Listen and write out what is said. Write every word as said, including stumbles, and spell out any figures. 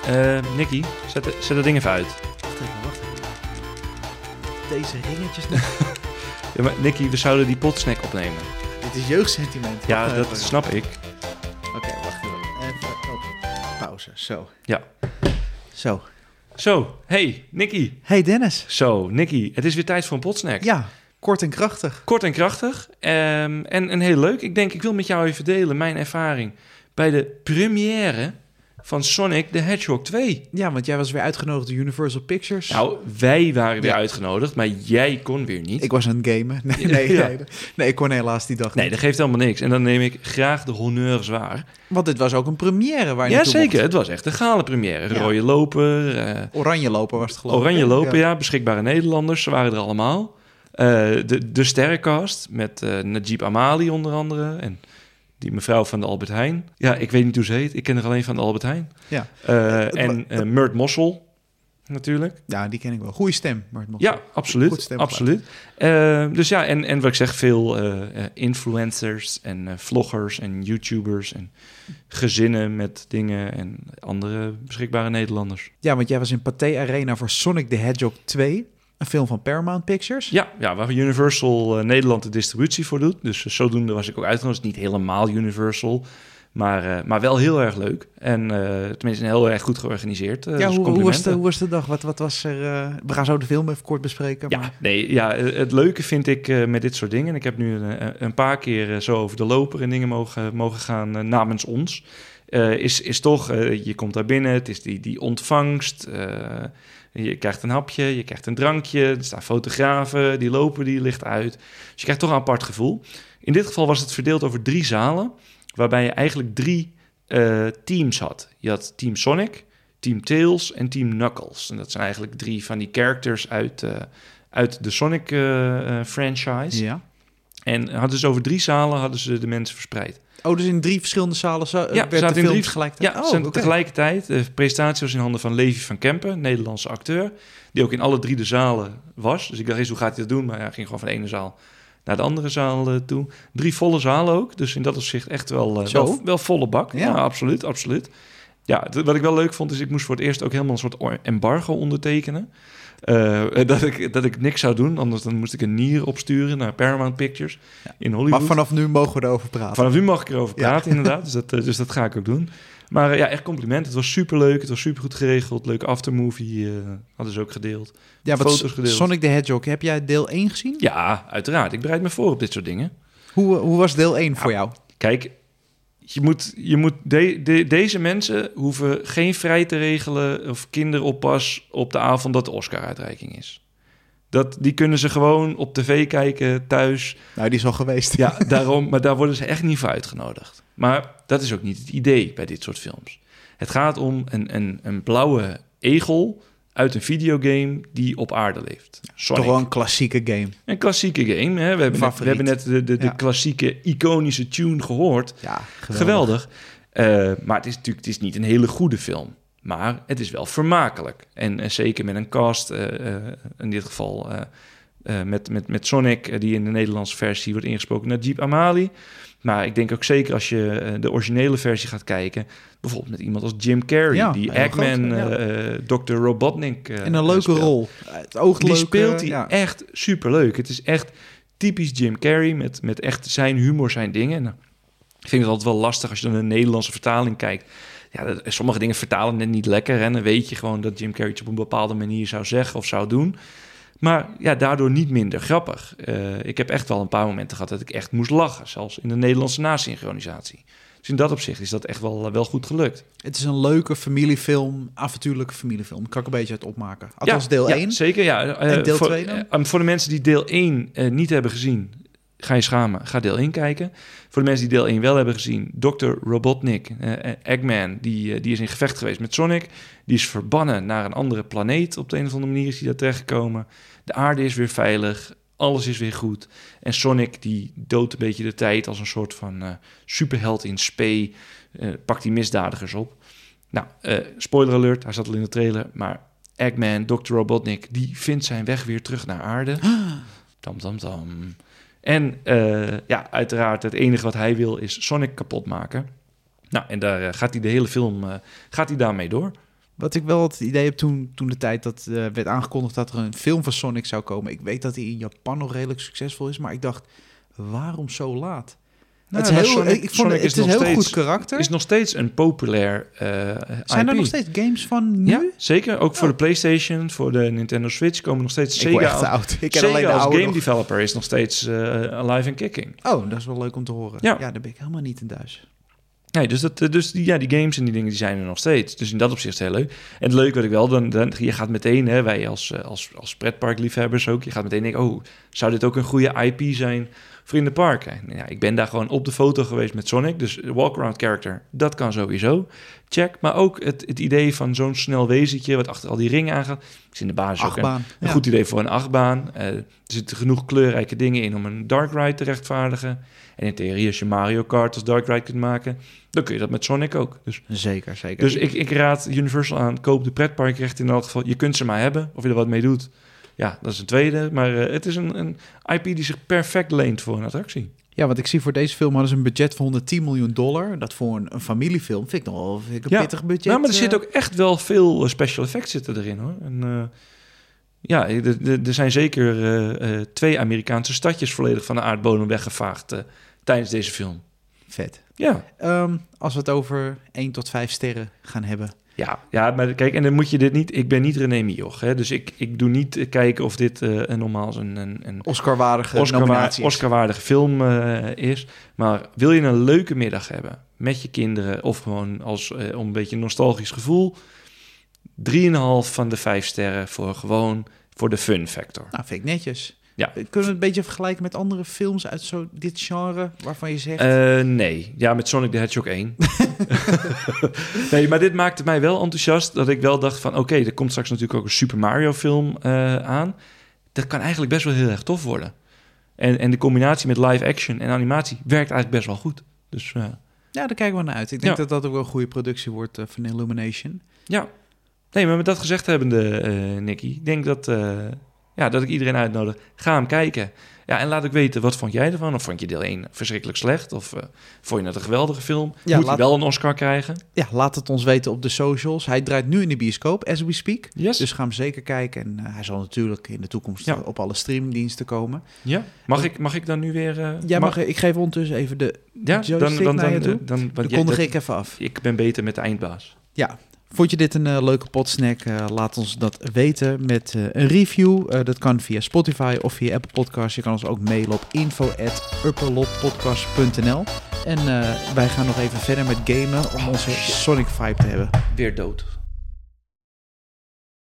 Uh, Nicky, zet, de, zet dat ding even uit. Wacht even, wacht even. Deze ringetjes nog. Ja, maar Nicky, we zouden die potsnack opnemen. Dit is jeugdsentiment. Ja, wacht dat even. snap ik. Oké, okay, wacht even. Even op. Pauze, zo. Ja. Zo. Zo, hey, Nicky. Hey Dennis. Zo, Nicky, het is weer tijd voor een potsnack. Ja, kort en krachtig. Kort en krachtig. Um, en, en heel leuk. Ik denk, ik wil met jou even delen mijn ervaring bij de première van Sonic the Hedgehog twee. Ja, want jij was weer uitgenodigd door Universal Pictures. Nou, wij waren weer ja. uitgenodigd, maar jij kon weer niet. Ik was aan het gamen. Nee, nee, ja. nee, nee, ik kon helaas die dag Nee, niet. dat geeft helemaal niks. En dan neem ik graag de honneurs waar. Want dit was ook een première waar je Ja, naartoe zeker. mocht. Het was echt een gale première. Ja. Rode loper. Uh, Oranje loper was het geloof ik. Oranje loper, ja. ja. Beschikbare Nederlanders. Ze waren er allemaal. Uh, de, de sterrencast met uh, Najib Amali onder andere. En die mevrouw van de Albert Heijn. Ja, ik weet niet hoe ze heet. Ik ken er alleen van de Albert Heijn. Ja. Uh, en uh, Murt Mossel natuurlijk. Ja, die ken ik wel. Goeie stem, Murt Mossel. Ja, absoluut. absoluut. Uh, dus ja, en, en wat ik zeg, veel uh, uh, influencers en uh, vloggers en YouTubers en gezinnen met dingen en andere beschikbare Nederlanders. Ja, want jij was in Pathé Arena voor Sonic the Hedgehog twee. Een film van Paramount Pictures. Ja, ja waar Universal uh, Nederland de distributie voor doet. Dus uh, zodoende was ik ook uitgenodigd. Niet helemaal Universal, maar, uh, maar wel heel erg leuk. En uh, tenminste heel erg goed georganiseerd. Uh, ja, dus hoe, hoe, was de, hoe was de dag? Wat, wat was er? Uh, we gaan zo de film even kort bespreken. Ja, maar... nee, ja, het leuke vind ik uh, met dit soort dingen... en ik heb nu uh, een paar keer uh, zo over de loper en dingen mogen, mogen gaan uh, namens ons... Uh, is, is toch, uh, je komt daar binnen, het is die, die ontvangst... Uh, je krijgt een hapje, je krijgt een drankje, er staan fotografen, die lopen, die ligt uit. Dus je krijgt toch een apart gevoel. In dit geval was het verdeeld over drie zalen, waarbij je eigenlijk drie uh, teams had. Je had Team Sonic, Team Tails en Team Knuckles. En dat zijn eigenlijk drie van die characters uit, uh, uit de Sonic uh, uh, franchise. Ja. En hadden ze over drie zalen hadden ze de mensen verspreid. Oh, dus in drie verschillende zalen zo, ja, werd de film drie, tegelijkertijd? Ja, oh, ze okay. tegelijkertijd. De presentatie was in handen van Levi van Kempen, Nederlandse acteur, die ook in alle drie de zalen was. Dus ik dacht eens, hoe gaat hij dat doen? Maar hij ging gewoon van de ene zaal naar de andere zaal uh, toe. Drie volle zalen ook, dus in dat opzicht echt wel, uh, wel, wel volle bak. Ja, ja absoluut, absoluut. Ja, t- wat ik wel leuk vond, is ik moest voor het eerst ook helemaal een soort embargo ondertekenen. Uh, dat, ik, dat ik niks zou doen, anders dan moest ik een nier opsturen naar Paramount Pictures ja. in Hollywood. Maar vanaf nu mogen we erover praten. Vanaf nu mag ik erover praten, ja. inderdaad. Dus dat, uh, dus dat ga ik ook doen. Maar uh, ja, echt compliment. Het was superleuk, het was supergoed geregeld. Leuke aftermovie uh, hadden ze ook gedeeld. Ja, foto's wat gedeeld. Sonic the Hedgehog, heb jij deel één gezien? Ja, uiteraard. Ik bereid me voor op dit soort dingen. Hoe, hoe was deel één ja, voor jou? Kijk... Je moet, je moet de, de, deze mensen hoeven geen vrij te regelen of kinderoppas op de avond dat de Oscar-uitreiking is. Dat, die kunnen ze gewoon op tv kijken, thuis. Nou, die is al geweest. Ja, daarom, maar daar worden ze echt niet voor uitgenodigd. Maar dat is ook niet het idee bij dit soort films. Het gaat om een, een, een blauwe egel uit een videogame die op aarde leeft. Sonic. Toch wel een klassieke game. Een klassieke game. Hè? We, hebben net, we hebben net de, de, de ja. klassieke, iconische tune gehoord. Ja, geweldig. geweldig. Uh, maar het is natuurlijk het is niet een hele goede film. Maar het is wel vermakelijk. En uh, zeker met een cast, uh, uh, in dit geval uh, uh, met, met, met Sonic... Uh, die in de Nederlandse versie wordt ingesproken naar Najib Amali... Maar ik denk ook zeker als je uh, de originele versie gaat kijken... bijvoorbeeld met iemand als Jim Carrey... Ja, die Eggman, groot, ja. uh, dokter Robotnik uh, in een leuke speelt. rol. Het oogt die leuk, speelt hij ja. echt superleuk. Het is echt typisch Jim Carrey... met, met echt zijn humor, zijn dingen. Nou, ik vind het altijd wel lastig als je dan een Nederlandse vertaling kijkt... Ja, dat, sommige dingen vertalen net niet lekker... en dan weet je gewoon dat Jim Carrey het op een bepaalde manier zou zeggen of zou doen... Maar ja, daardoor niet minder grappig. Uh, ik heb echt wel een paar momenten gehad dat ik echt moest lachen. Zelfs in de Nederlandse nasynchronisatie. Dus in dat opzicht is dat echt wel, uh, wel goed gelukt. Het is een leuke familiefilm, avontuurlijke familiefilm. Kan ik een beetje uit opmaken. Althans ja, deel ja, één. Zeker, ja. Uh, en deel voor, twee dan? Uh, voor de mensen die deel één uh, niet hebben gezien... ga je schamen, ga deel één kijken. Voor de mensen die deel één wel hebben gezien... dokter Robotnik, uh, Eggman, die, uh, die is in gevecht geweest met Sonic. Die is verbannen naar een andere planeet. Op de een of andere manier is hij daar terechtgekomen. De aarde is weer veilig, alles is weer goed. En Sonic die doodt een beetje de tijd als een soort van uh, superheld in spe. Uh, pakt die misdadigers op. Nou, uh, spoiler alert, hij zat al in de trailer. Maar Eggman, dokter Robotnik, die vindt zijn weg weer terug naar aarde. Tam, tam, tam. En uh, ja, uiteraard het enige wat hij wil is Sonic kapot maken. Nou, en daar uh, gaat hij de hele film uh, gaat hij daarmee door. Wat ik wel het idee heb toen, toen de tijd dat uh, werd aangekondigd dat er een film van Sonic zou komen. Ik weet dat hij in Japan nog redelijk succesvol is, maar ik dacht, waarom zo laat? Nou, het is heel, Sonic, ik vond Sonic het, is het is nog heel steeds, goed karakter. Is nog steeds een populair uh, Zijn I P. er nog steeds games van nu? Ja, zeker. Ook voor Oh. de PlayStation, voor de Nintendo Switch komen nog steeds Ik word Sega. echt te oud. Ik ken Sega alleen de als oude game nog. developer is nog steeds uh, alive and kicking. Oh, dat is wel leuk om te horen. Ja. Ja, daar ben ik helemaal niet in thuis. Nee, dus, dat, dus die, ja, die games en die dingen die zijn er nog steeds. Dus in dat opzicht is het heel leuk. En het leuke wat ik wel, dan, dan, je gaat meteen, hè, wij als, als, als pretparkliefhebbers ook, je gaat meteen denken, oh, zou dit ook een goede I P zijn voor in de parken? En ja, ik ben daar gewoon op de foto geweest met Sonic, dus walk-around character, dat kan sowieso. Check, maar ook het, het idee van zo'n snel wezentje wat achter al die ringen aangaat. Is in de basis ook een, Achtbaan. een Ja. goed idee voor een achtbaan. Uh, er zitten genoeg kleurrijke dingen in om een dark ride te rechtvaardigen. En in theorie, als je Mario Kart als dark ride kunt maken, dan kun je dat met Sonic ook. Dus, Zeker, zeker. dus ik, ik raad Universal aan, koop de pretparkrechten in elk geval. Je kunt ze maar hebben, of je er wat mee doet. Ja, dat is een tweede. Maar uh, het is een, een I P die zich perfect leent voor een attractie. Ja, want ik zie voor deze film hadden ze een budget van honderdtien miljoen dollar. Dat voor een, een familiefilm vind ik nog wel vind ik een Ja. pittig budget. Nou, maar er uh, zit ook echt wel veel uh, special effects zitten erin, hoor. En, uh, ja, er- er er zijn zeker uh, uh, twee Amerikaanse stadjes volledig van de aardbodem weggevaagd uh, tijdens deze film. Vet. Ja. Um, als we het over één tot vijf sterren gaan hebben. Ja, ja, maar kijk, en dan moet je dit niet... Ik ben niet René Mioch, hè, dus ik, ik doe niet uh, kijken of dit uh, een normaal een, een, een Oscar-waardige Oscar nominatie is. Oscar-waardige film uh, is. Maar wil je een leuke middag hebben met je kinderen of gewoon als, uh, om een beetje een nostalgisch gevoel, drieënhalf van de vijf sterren voor gewoon voor de fun factor. Nou, vind ik netjes. Ja. Kunnen we het een beetje vergelijken met andere films uit zo dit genre, waarvan je zegt... Uh, nee, ja, met Sonic the Hedgehog één. Nee, maar dit maakte mij wel enthousiast dat ik wel dacht van, oké, okay, er komt straks natuurlijk ook een Super Mario film uh, aan. Dat kan eigenlijk best wel heel erg tof worden. En, en de combinatie met live action en animatie werkt eigenlijk best wel goed. Dus uh, Ja, daar kijken we naar uit. Ik denk Ja. dat dat ook wel een goede productie wordt uh, van Illumination. ja. Nee, maar met dat gezegd hebbende, uh, Nicky, ik denk dat, uh, ja, dat ik iedereen uitnodig. Ga hem kijken. Ja, en laat ook weten, wat vond jij ervan? Of vond je deel één verschrikkelijk slecht? Of uh, vond je het een geweldige film? Ja, Moet laat- hij wel een Oscar krijgen? Ja, laat het ons weten op de socials. Hij draait nu in de bioscoop, as we speak. Yes. Dus ga hem zeker kijken. En uh, hij zal natuurlijk in de toekomst Ja. uh, op alle streamingdiensten komen. Ja. Mag ik, mag ik dan nu weer... Uh, Ja, mag, ik geef ondertussen even de Ja, joystick dan, dan, naar je dan, toe. dan, dan, Dan jij- kondig dat- ik even af. Ik ben beter met de eindbaas. Ja, vond je dit een uh, leuke potsnack? Uh, laat ons dat weten met uh, een review. Uh, dat kan via Spotify of via Apple Podcasts. Je kan ons ook mailen op info at upperlotpodcast punt n l. En uh, wij gaan nog even verder met gamen om Oh, onze shit. Sonic vibe te hebben. Weer dood.